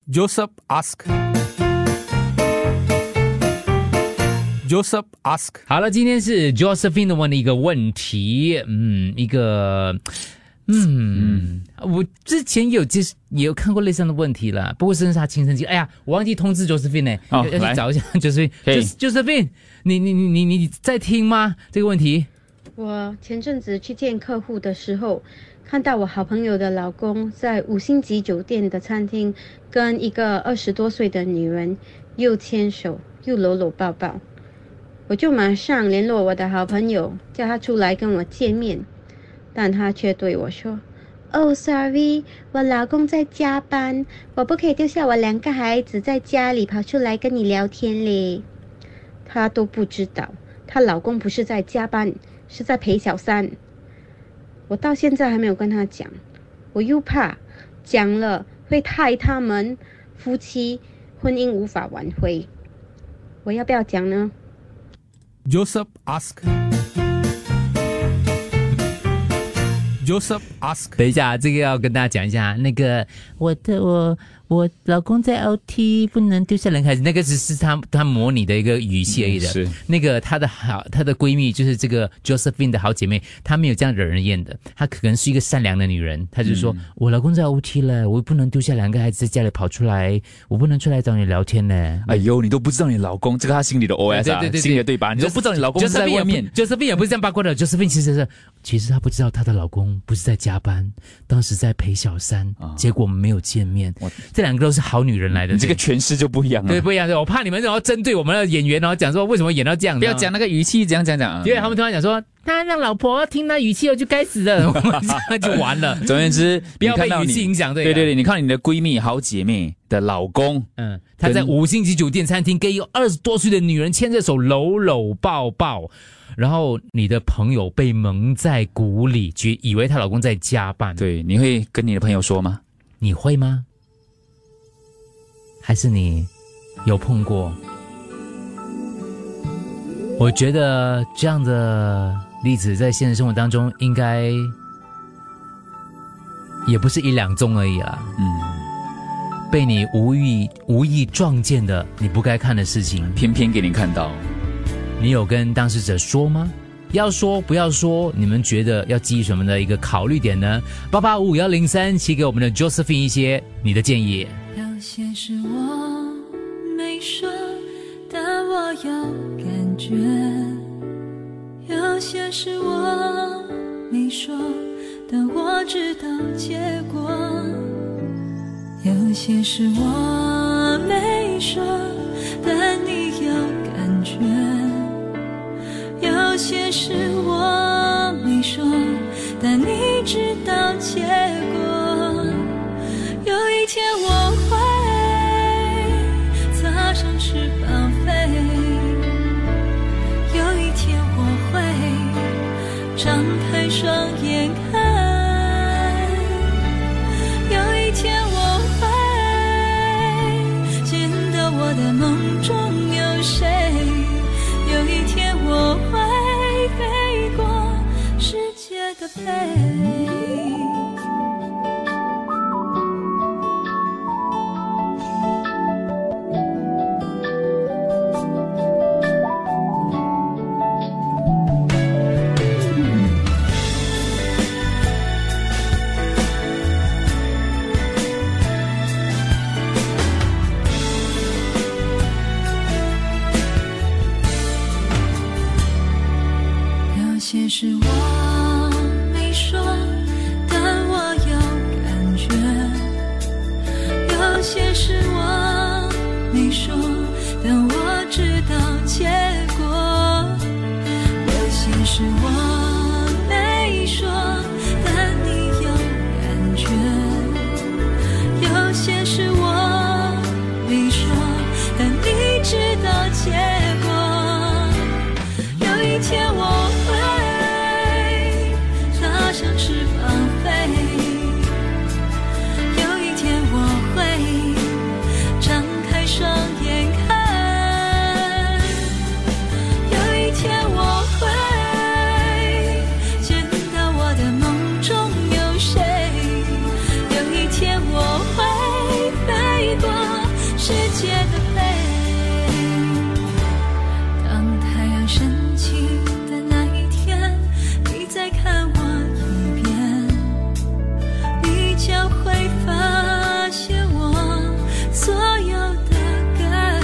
Joseph ask. 好了，今天是 Josephine 问的一个问题，我之前也有看过类似的问题了，不过是他亲身经历。哎呀，我忘记通知 Josephine 呢，要去找一下 Josephine。你在听吗？这个问题？ 我前阵子去见客户的时候，看到我好朋友的老公在5星级酒店的餐厅跟一个20多岁的女人又牵手又搂搂抱抱，我就马上联络我的好朋友，叫他出来跟我见面，但他却对我说：“Oh, sorry， 我老公在加班，我不可以丢下我2个孩子在家里跑出来跟你聊天嘞。”她都不知道，她老公不是在加班，是在陪小三。我到现在还没有跟她讲，我又怕讲了会害他们夫妻婚姻无法挽回。我要不要讲呢？ Joseph ask. 等一下，这个要跟大家讲一下，那个我老公在 OT， 不能丢下2个孩子，那个只是他模拟的一个语气而已的。 是那个她的闺蜜，就是这个 Josephine 的好姐妹，她没有这样惹人厌的，她可能是一个善良的女人，她就说、我老公在 OT 了，我不能丢下2个孩子在家里跑出来，我不能出来找你聊天呢。 哎呦，你都不知道你老公，这个他心里的 OS 啊， 对心里的对吧？你都不知道你老公是在外面。 Josephine 也不是这样八卦的 ，Josephine 其实她不知道她的老公不是在加班，当时在陪小三，结果我们没有见面。这2个都是好女人来的， 你这个诠释就不一样了。 对，不一样。我怕你们然后针对我们的演员，然后讲说为什么演到这样， 不要讲那个语气，讲。 因为他们突然讲说他让老婆听他语气就该死的，那就完了。 总而言之， 不要被语气影响。 对，你看你的闺蜜好姐妹的老公， 他在5星级酒店餐厅跟一个20多岁的女人牵着手搂搂抱抱，然后你的朋友被蒙在鼓里，以为她老公在加班。 对，你会跟你的朋友说吗？ 你会吗？还是你有碰过？我觉得这样的例子在现实生活当中应该也不是1、2宗而已啦。被你无意撞见的你不该看的事情， 偏偏给你看到。 你有跟当事者说吗？要说不要说，你们觉得要基于什么的一个考虑点呢？885103写给我们的 Josephine 一些你的建议。 有些事我没说，但我有感觉；有些事我没说，但我知道结果；有些事我没说，但你有感觉；有些事我没说，但你知道结果。有一天我会擦上翅膀飞，有一天我会张开双眼看，有一天我会见到我的梦中有谁，有一天我会飞过世界的背。有些事我没说，但我有感觉；有些事我没说，但我知道结果；有些事我没说，但你有感觉；有些事我没说，但你知道结果。有一天我插上翅膀飞，有一天我会张开双眼世界的美。当太阳升起的那一天，你再看我一遍，你将会发现我所有的改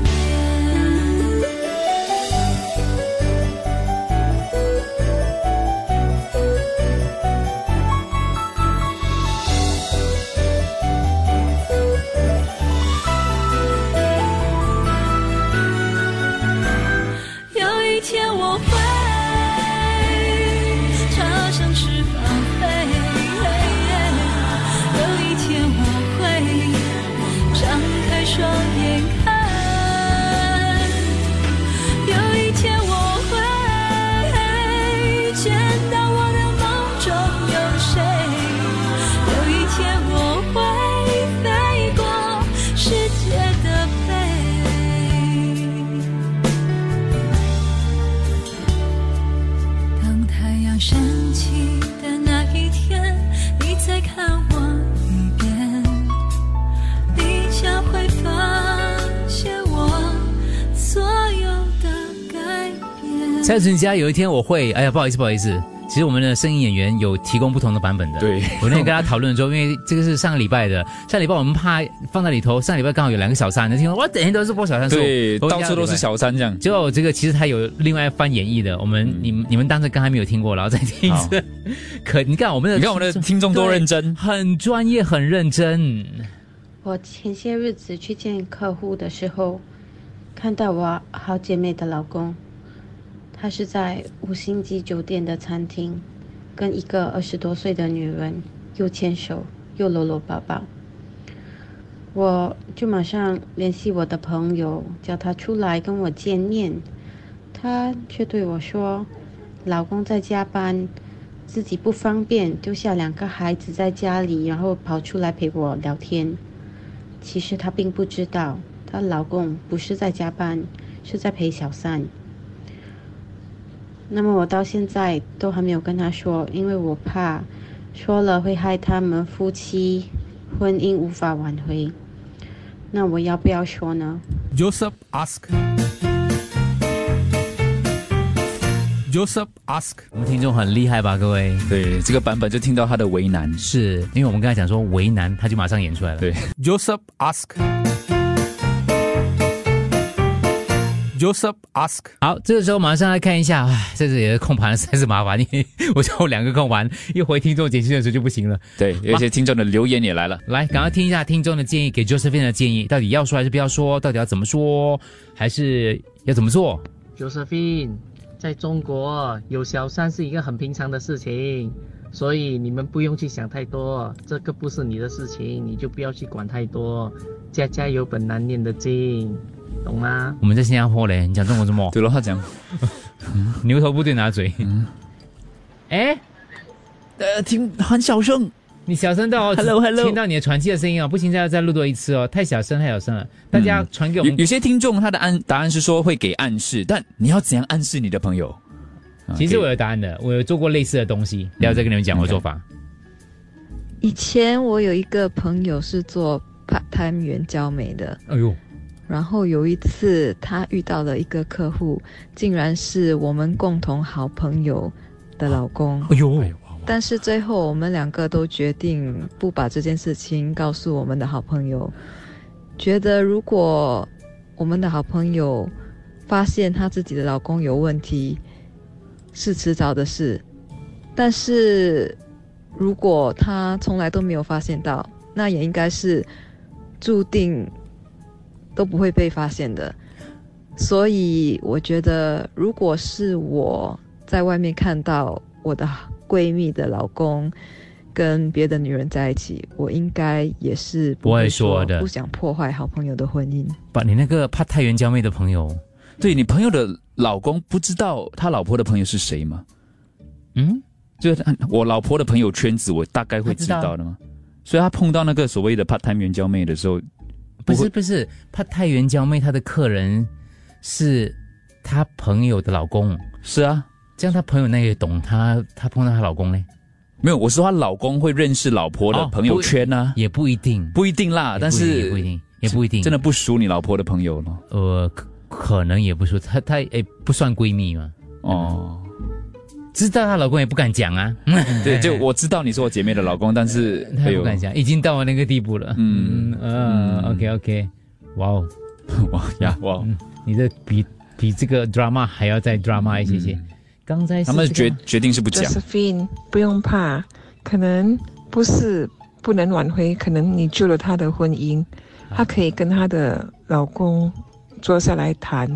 蔡淳佳有一天我会，哎呀，不好意思。其实我们的声音演员有提供不同的版本的。 对， 我那天跟他讨论的时候，因为这个是上个礼拜的，上礼拜我们怕放在里头，上礼拜刚好有2个小三，你听我整天都是播小三， 对，到处都是小三这样。 结果这个其实他有另外一番演绎的，你们当时刚才没有听过，然后再听一次。你看我们的听众多认真， 很专业，很认真。 我前些日子去见客户的时候，看到我好姐妹的老公。他是在5星级酒店的餐厅，跟一个20多岁的女人又牵手又搂搂抱抱。我就马上联系我的朋友，叫他出来跟我见面。他却对我说，老公在加班，自己不方便，丢下2个孩子在家里，然后跑出来陪我聊天。其实她并不知道，她老公不是在加班，是在陪小三。那么我到现在都还没有跟他说，因为我怕说了会害他们夫妻婚姻无法挽回。那我要不要说呢？ Joseph ask， 我们听众很厉害吧，各位？ 对，这个版本就听到他的为难， 是因为我们刚才讲说为难，他就马上演出来了。 对 Joseph ask。 好，这个时候马上来看一下，这也是控盘实在是麻烦，因为我就2个控盘，一回听众简讯的时候就不行了。 对，有一些听众的留言也来了， 来，赶快听一下听众的建议，给 Josephine 的建议，到底要说还是不要说？到底要怎么说，还是要怎么做 ？Josephine， 在中国有小三是一个很平常的事情，所以你们不用去想太多，这个不是你的事情，你就不要去管太多。家家有本难念的经。懂吗？ 我们在新加坡嘞，你讲中国怎么？ 对了，他讲牛头不对拿嘴。 听很小声， 你小声到 Hello， 听到你的喘气的声音哦，不行再录多一次哦，太小声了。大家传给我们。 有些听众他的答案是说会给暗示，但你要怎样暗示你的朋友？ 其实我有答案的，我有做过类似的东西，等一下再跟你们讲我的做法。 以前我有一个朋友是做 part-time 援交美的， 哎呦。 然后有一次他遇到了一个客户，竟然是我们共同好朋友的老公。 哎呦！ 但是最后我们2个都决定不把这件事情告诉我们的好朋友，觉得如果我们的好朋友发现他自己的老公有问题，是迟早的事。但是如果他从来都没有发现到，那也应该是注定都不会被发现的。所以我觉得如果是我在外面看到我的闺蜜的老公跟别的女人在一起，我应该也是不会说的，不想破坏好朋友的婚姻。 把你那个怕太原娇妹的朋友， 对，你朋友的老公不知道他老婆的朋友是谁吗？就是我老婆的朋友圈子我大概会知道的吗？所以他碰到那个所谓的 part-time 援交妹的时候， 不是怕太原娇妹，她的客人是她朋友的老公。 是啊， 这样她朋友那也懂她碰到她老公呢？ 没有，我说她老公会认识老婆的朋友圈啊， 也不一定， 不一定啦，但是不一定。 也不一定， 真的不属你老婆的朋友了。 可能也不属她不算闺蜜嘛。 哦， 知道她老公也不敢讲啊。 对，就我知道你是我姐妹的老公，但是她不敢讲，已经到了那个地步了。OK， 哇哦， 哇， 你的比这个 drama 还要再 drama 一些。刚才他们决定是不讲。 Josephine 不用怕，可能不是不能挽回，可能你救了她的婚姻，她可以跟她的老公坐下来谈，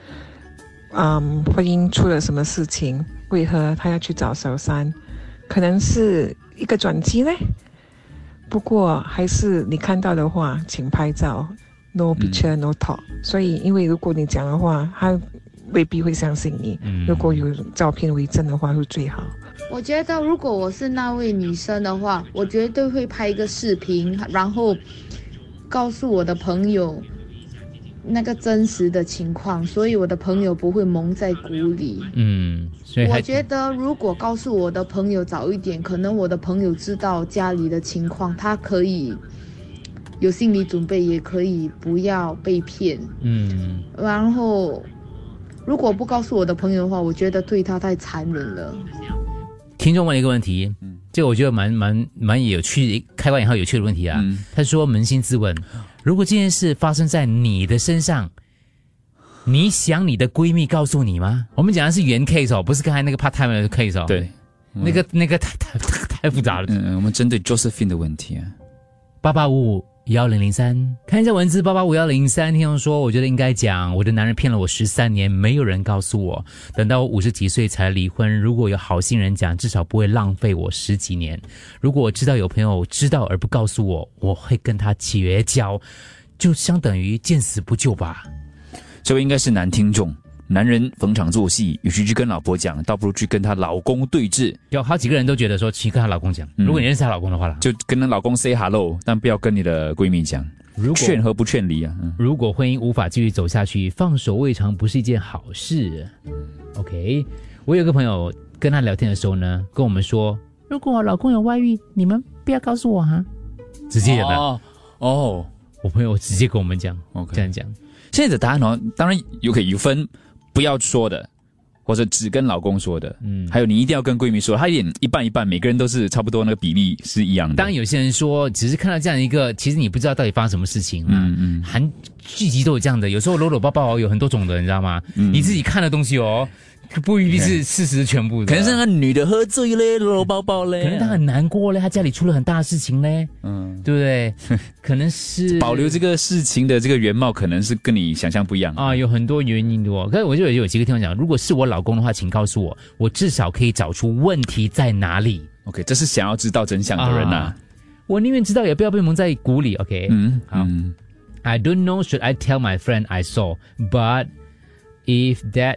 婚姻出了什么事情，为何她要去找小三，可能是一个转机嘞。不过还是你看到的话，请拍照 ，no picture no talk。所以，因为如果你讲的话，他未必会相信你。如果有照片为证的话，会最好。 我觉得如果我是那位女生的话，我绝对会拍一个视频，然后告诉我的朋友那个真实的情况，所以我的朋友不会蒙在鼓里。 所以我觉得如果告诉我的朋友早一点，可能我的朋友知道家里的情况，他可以有心理准备，也可以不要被骗。然后如果不告诉我的朋友的话，我觉得对他太残忍了。 听众问了一个问题，这个我觉得蛮有趣，开完以后有趣的问题啊。他说扪心自问，如果这件事发生在你的身上，你想你的闺蜜告诉你吗？我们讲的是原 case 哦，不是刚才那个 part time 的 case 哦。 对， 那个太复杂了。 我们针对 Josephine 的问题啊。 88551003，看一下文字。885103，听众说，我觉得应该讲，我的男人骗了我13年，没有人告诉我，等到我50几岁才离婚。如果有好心人讲，至少不会浪费我10几年。如果我知道有朋友知道而不告诉我，我会跟他绝交，就相等于见死不救吧。 这位应该是男听众。男人逢场作戏，与其去跟老婆讲，倒不如去跟她老公对峙。 有好几个人都觉得说去跟她老公讲，如果你认识她老公的话啦， 就跟她老公 say hello， 但不要跟你的闺蜜讲。劝和不劝离啊。 如果婚姻无法继续走下去，放手未尝不是一件好事。OK， 我有个朋友跟他聊天的时候呢，跟我们说，如果我老公有外遇，你们不要告诉我哈。直接讲的我朋友直接跟我们讲，这样讲。 现在的答案当然有分不要说的，或者只跟老公说的，还有你一定要跟闺蜜说，他一半一半，每个人都是差不多那个比例是一样的。 当然有些人说，只是看到这样一个，其实你不知道到底发生什么事情韩剧集都有这样的，有时候搂搂抱抱有很多种的，你知道吗？你自己看的东西不一定是事实全部的， 可能是那个女的喝醉嘞，搂搂抱抱嘞， 可能她很难过嘞，她家里出了很大的事情嘞，对不对？可能是保留这个事情的这个原貌，可能是跟你想象不一样啊，有很多原因的可是我就有几个听我讲，如果是我老公的话，请告诉我，我至少可以找出问题在哪里。 OK， 这是想要知道真相的人呐。 我宁愿知道，也不要被蒙在鼓里。OK， 好。I don't know should I tell my friend I saw, but if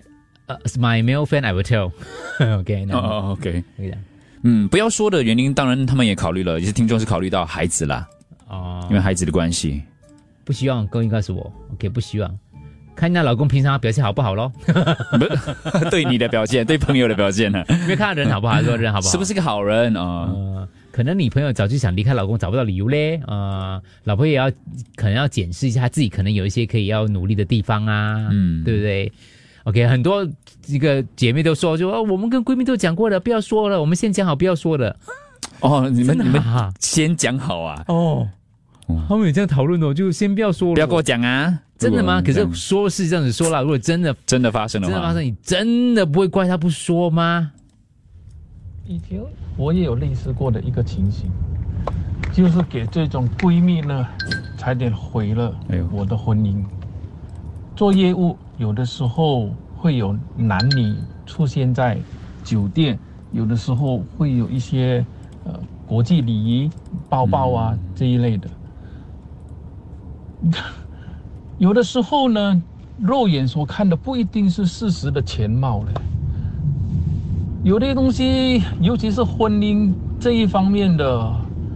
that。my male friend I will tell. OK， OK， 不要说的原因，当然他们也考虑了，有些听众是考虑到孩子啦，因为孩子的关系， 不希望勾引告诉我 ，OK， 不希望看那老公平常表现好不好咯？ 对你的表现，对朋友的表现呢？ 因为看他人好不好，说人好不好， 是不是个好人可能你朋友早就想离开老公，找不到理由嘞，老婆也可能要检视一下自己，可能有一些可以要努力的地方啊，对不对？OK， 很多这个姐妹都说，我们跟闺蜜都讲过了，不要说了，我们先讲好，不要说的。 你们先讲好啊？ 他们有这样讨论就先不要说了， 不要跟我讲啊。 真的吗？可是说是这样子说啦，如果真的发生的话， 你真的不会怪他不说吗？ 以前我也有类似过的一个情形，就是给这种闺蜜呢，差点毁了我的婚姻。做业务有的时候会有男女出现在酒店，有的时候会有一些国际礼仪包包啊这一类的。有的时候呢，肉眼所看的不一定是事实的全貌了。有的东西，尤其是婚姻这一方面的，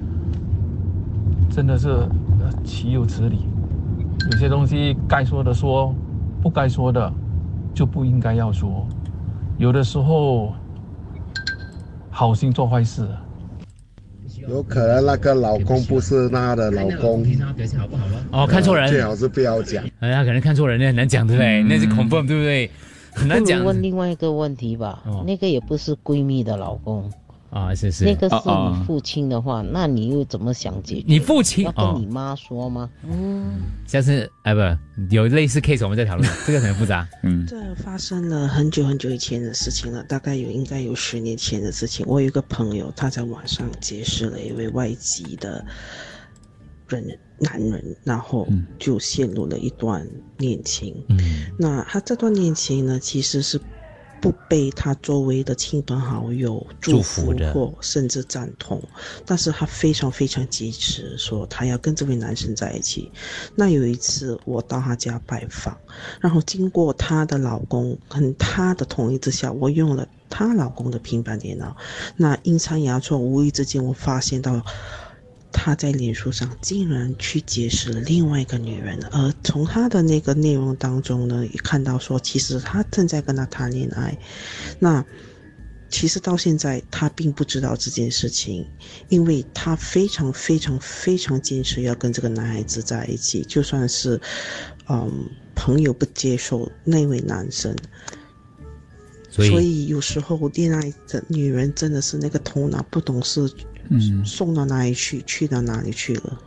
真的是岂有此理。有些东西该说的说，不该说的就不应该要说。有的时候好心做坏事。 有可能那个老公不是她的老公。 哦，看错人， 最好是不要讲。 哎呀，可能看错人，那很难讲，对不对？那是 confirm， 对不对？很难讲。 问另外一个问题吧，那个也不是闺蜜的老公。 啊，是那个是你父亲的话，那你又怎么想解决？ 你父亲要跟你妈说吗？ 下次不有类似 case 我们再讨论，这个很复杂。 这发生了很久很久以前的事情了，大概应该有10年前的事情。我有一个朋友，他在网上结识了一位外籍的男人，然后就陷入了一段恋情。那他这段恋情呢，其实是不被他周围的亲朋好友祝福或甚至赞同，但是他非常非常坚持说他要跟这位男生在一起。那有一次我到他家拜访，然后经过她的老公和她的同意之下，我用了她老公的平板电脑，那阴差阳错无意之间我发现到他在脸书上竟然去结识了另外一个女人，而从他的那个内容当中呢，也看到说其实他正在跟他谈恋爱。那其实到现在他并不知道这件事情，因为他非常非常非常坚持要跟这个男孩子在一起，就算是朋友不接受那位男生。所以有时候恋爱的女人真的是那个头脑不懂事，送到哪里去到哪里去了。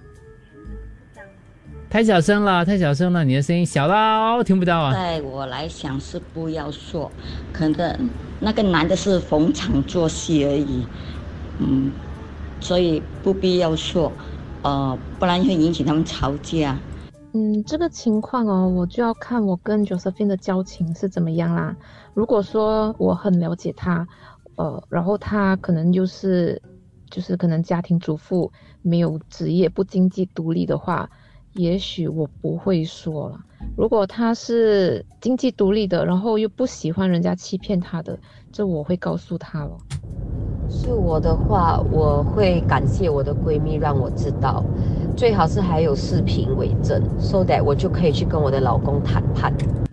太小声了，太小声了，你的声音小到听不到啊。 在我来想是不要说，可能那个男的是逢场作戏而已，所以不必要说，不然会引起他们吵架。 这个情况我就要看我跟 Josephine 的交情是怎么样啦。如果说我很了解他，然后他可能就是可能家庭主妇，没有职业，不经济独立的话，也许我不会说了。如果他是经济独立的，然后又不喜欢人家欺骗他的，这我会告诉他了。 是我的话，我会感谢我的闺蜜让我知道，最好是还有视频为证 ，so that 我就可以去跟我的老公谈判。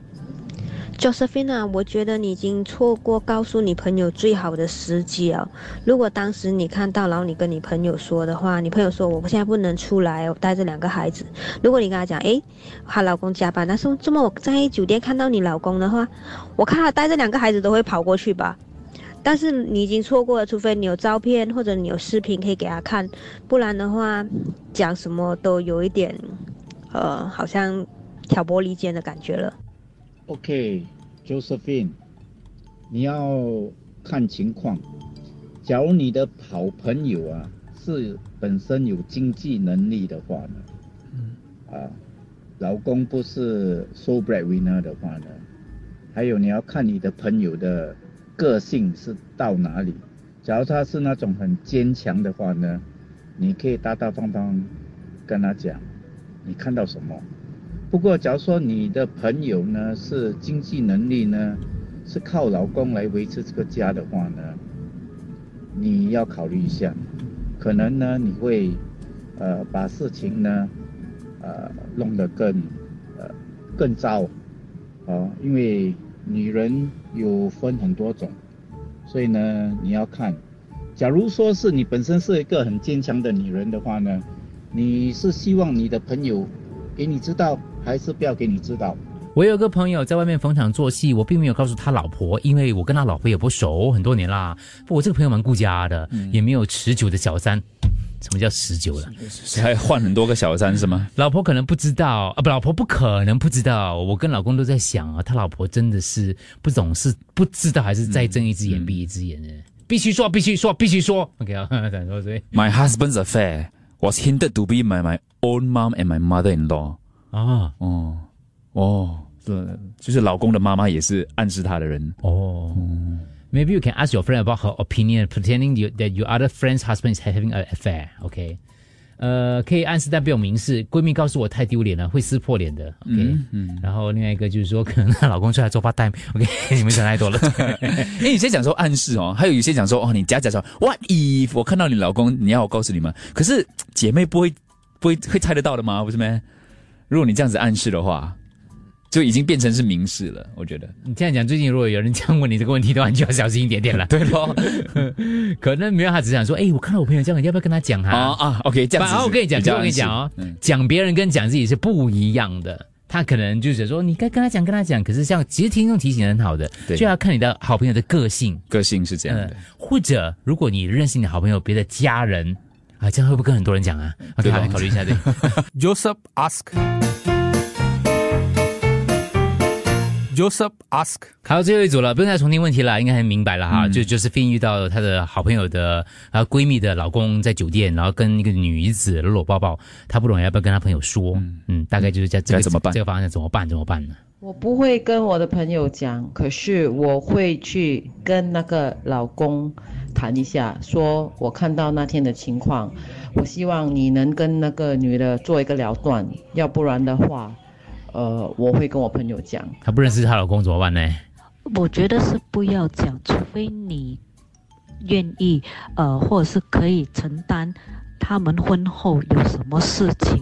Josephine， 我觉得你已经错过告诉你朋友最好的时机了。如果当时你看到，然后你跟你朋友说的话，你朋友说我现在不能出来，我带着2个孩子。如果你跟他讲，她老公加班，但是这么我在酒店看到你老公的话，我看他带着2个孩子都会跑过去吧。但是你已经错过了，除非你有照片或者你有视频可以给他看，不然的话讲什么都有一点好像挑拨离间的感觉了。 OK，Josephine， 你要看情况。假如你的好朋友是本身有经济能力的话呢，老公不是 sole breadwinner 的话呢，还有你要看你的朋友的个性是到哪里。假如他是那种很坚强的话呢，你可以大大方方跟他讲你看到什么。不过假如说你的朋友呢是经济能力呢是靠老公来维持这个家的话呢，你要考虑一下，可能呢你会把事情呢弄得更糟因为女人有分很多种，所以呢你要看。假如说是你本身是一个很坚强的女人的话呢，你是希望你的朋友给你知道还是不要给你知道？ 我有个朋友在外面逢场作戏，我并没有告诉他老婆，因为我跟他老婆也不熟很多年啦。不过我这个朋友蛮顾家的，也没有持久的小三。什么叫持久了？ 还换很多个小三是吗？ 老婆可能不知道老婆不可能不知道。我跟老公都在想他老婆真的是不懂事，不知道还是在睁一只眼闭一只眼的。必须说，必须说，必须说。OK 啊 ，My husband's affair was hinted to be my own mom and my mother-in-law。就是老公的妈妈也是暗示他的人。 Maybe you can ask your friend about her opinion, pretending that your other friend's husband is having an affair. OK， 可以暗示但不用明示。闺蜜告诉我太丢脸了，会撕破脸的。OK，然后另外一个就是说，可能她老公出来做 part time。OK， 你们想太多了。 有些讲说暗示还有些讲说你假说 What if 我看到你老公，你要我告诉你们？可是姐妹不会猜得到的吗？不是吗？如果你这样子暗示的话。 就已经变成是明示了，我觉得。 你这样讲，最近如果有人这样问你这个问题的话，你就要小心一点点了。 对咯， 可能没有，他只想说，我看到我朋友这样，要不要跟他讲 OK， 这样子。 我跟你讲，讲别人跟讲自己是不一样的。他可能就是说，你该跟他讲。可是像其实听众提醒很好的，就要看你的好朋友的个性。 个性是这样的， 或者如果你认识你的好朋友别的家人啊，这样会不会跟很多人讲啊？对吧？考虑一下对。 Joseph ask， 好，最后一组了，不用再重听问题了，应该很明白了哈。就 Josephine 遇到她的好朋友的闺蜜的老公在酒店，然后跟一个女子搂搂抱抱，她不懂要不要跟她朋友说，大概就是这个怎么办？ 这个方向怎么办呢？ 我不会跟我的朋友讲，可是我会去跟那个老公谈一下，说我看到那天的情况，我希望你能跟那个女的做一个了断，要不然的话。我会跟我朋友讲。 她不认识她老公怎么办呢？ 我觉得是不要讲，除非你愿意，或者是可以承担他们婚后有什么事情，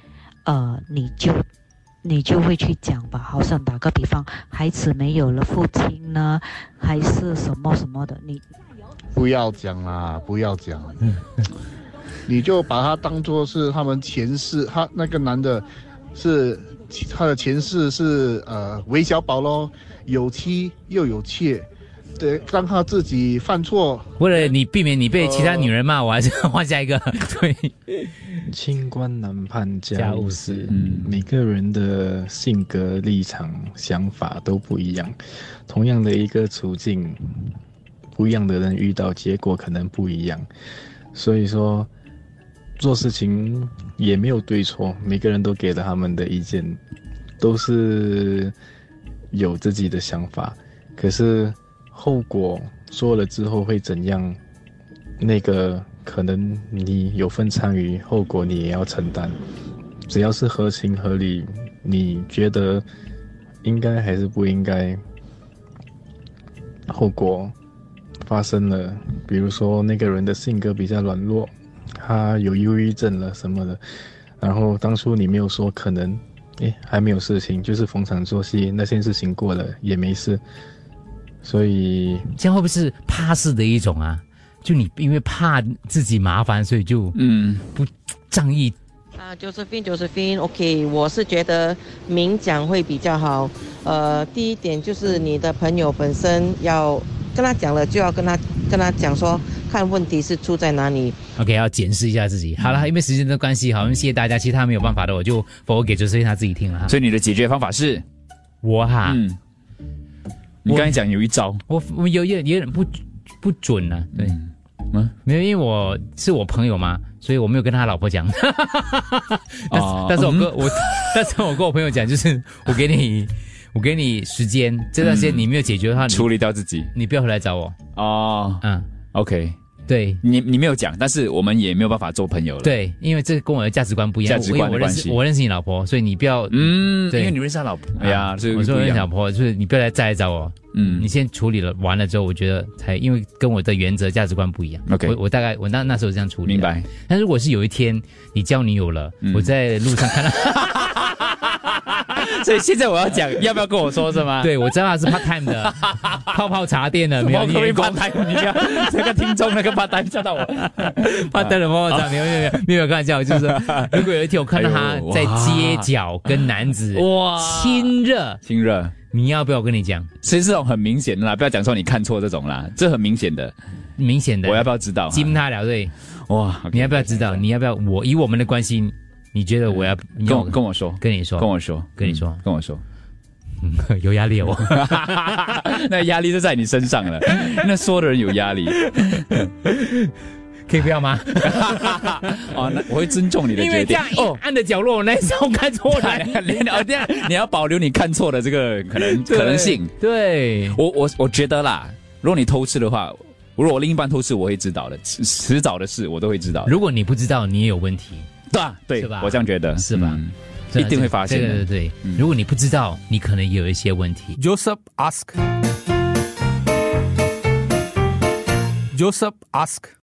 你就会去讲吧。好像打个比方，孩子没有了父亲呢，还是什么什么的，你不要讲啦，不要讲。你就把他当作是他们前世，他那个男的是。他的前世是韦小宝咯，有妻又有妾，对，让他自己犯错。 为了你避免你被其他女人骂，我还是换下一个。对， 清官难判家务事。每个人的性格、立场、想法都不一样，同样的一个处境，不一样的人遇到，结果可能不一样。所以说。做事情也没有对错，每个人都给了他们的意见，都是有自己的想法。可是后果说了之后会怎样，那个可能你有份参与，后果你也要承担。只要是合情合理，你觉得应该还是不应该，后果发生了，比如说那个人的性格比较软弱，他有忧郁症了什么的，然后当初你没有说，可能还没有事情，就是逢场作戏，那件事情过了也没事，所以这样会不会是怕事的一种啊？就你因为怕自己麻烦，所以就不仗义。 Josephine， OK， 我是觉得明讲会比较好。第一点就是你的朋友本身要跟他讲了，就要跟他讲说，看问题是出在哪里。 OK， 要检视一下自己。好了，因为时间的关系，好，谢谢大家。其实他没有办法的，我就forward给Josephine他自己听了。 所以你的解决方法是？ 我哈， 你刚才讲有一招， 我有点不准啊，对。没有，因为我是我朋友嘛，所以我没有跟他老婆讲。但是我跟我朋友讲，就是我给你时间，这段时间你没有解决的话， 处理掉自己， 你不要回来找我。 OK， 对， 你没有讲，但是我们也没有办法做朋友了。 对，因为这跟我的价值观不一样， 价值观的关系。 我认识你老婆，所以你不要因为你认识他老婆。哎呀， 我说我认识老婆，就是你不要再来找我。你先处理了完了之后，我觉得因为跟我的原则价值观不一样。 OK， 我大概那时候这样处理。 明白。 但如果是有一天你交女友了，我在路上看到。 所以现在我要讲，要不要跟我说是吗？ 对，我知道他是 part time 的，泡茶店的，没有员工 part time， 你不要这个听众那个 part time 叫到我 part time 的泡茶，没有开玩笑，就是如果有一天我看到他在街角跟男子亲热，你要不要我跟你讲？ 其实这种很明显的啦，不要讲说你看错这种啦，这很明显的，我要不要知道？ 惊他了对， 哇， 你要不要知道？你要不要以我们的关系？你觉得我要跟我说， 跟你说，有压力哦， 那压力就在你身上了。那说的人有压力， 可以不要吗？ 那我会尊重你的决定。 因为这样暗的角落，那时候看错了， 你要保留你看错的这个可能性。 对， 我觉得啦，如果你偷吃的话，如果我另一半偷吃，我会知道的，迟早的事我都会知道。 如果你不知道，你也有问题。 对，我这样觉得是吧？ 一定会发现的。 对，如果你不知道，你可能也有一些问题。 Joseph ask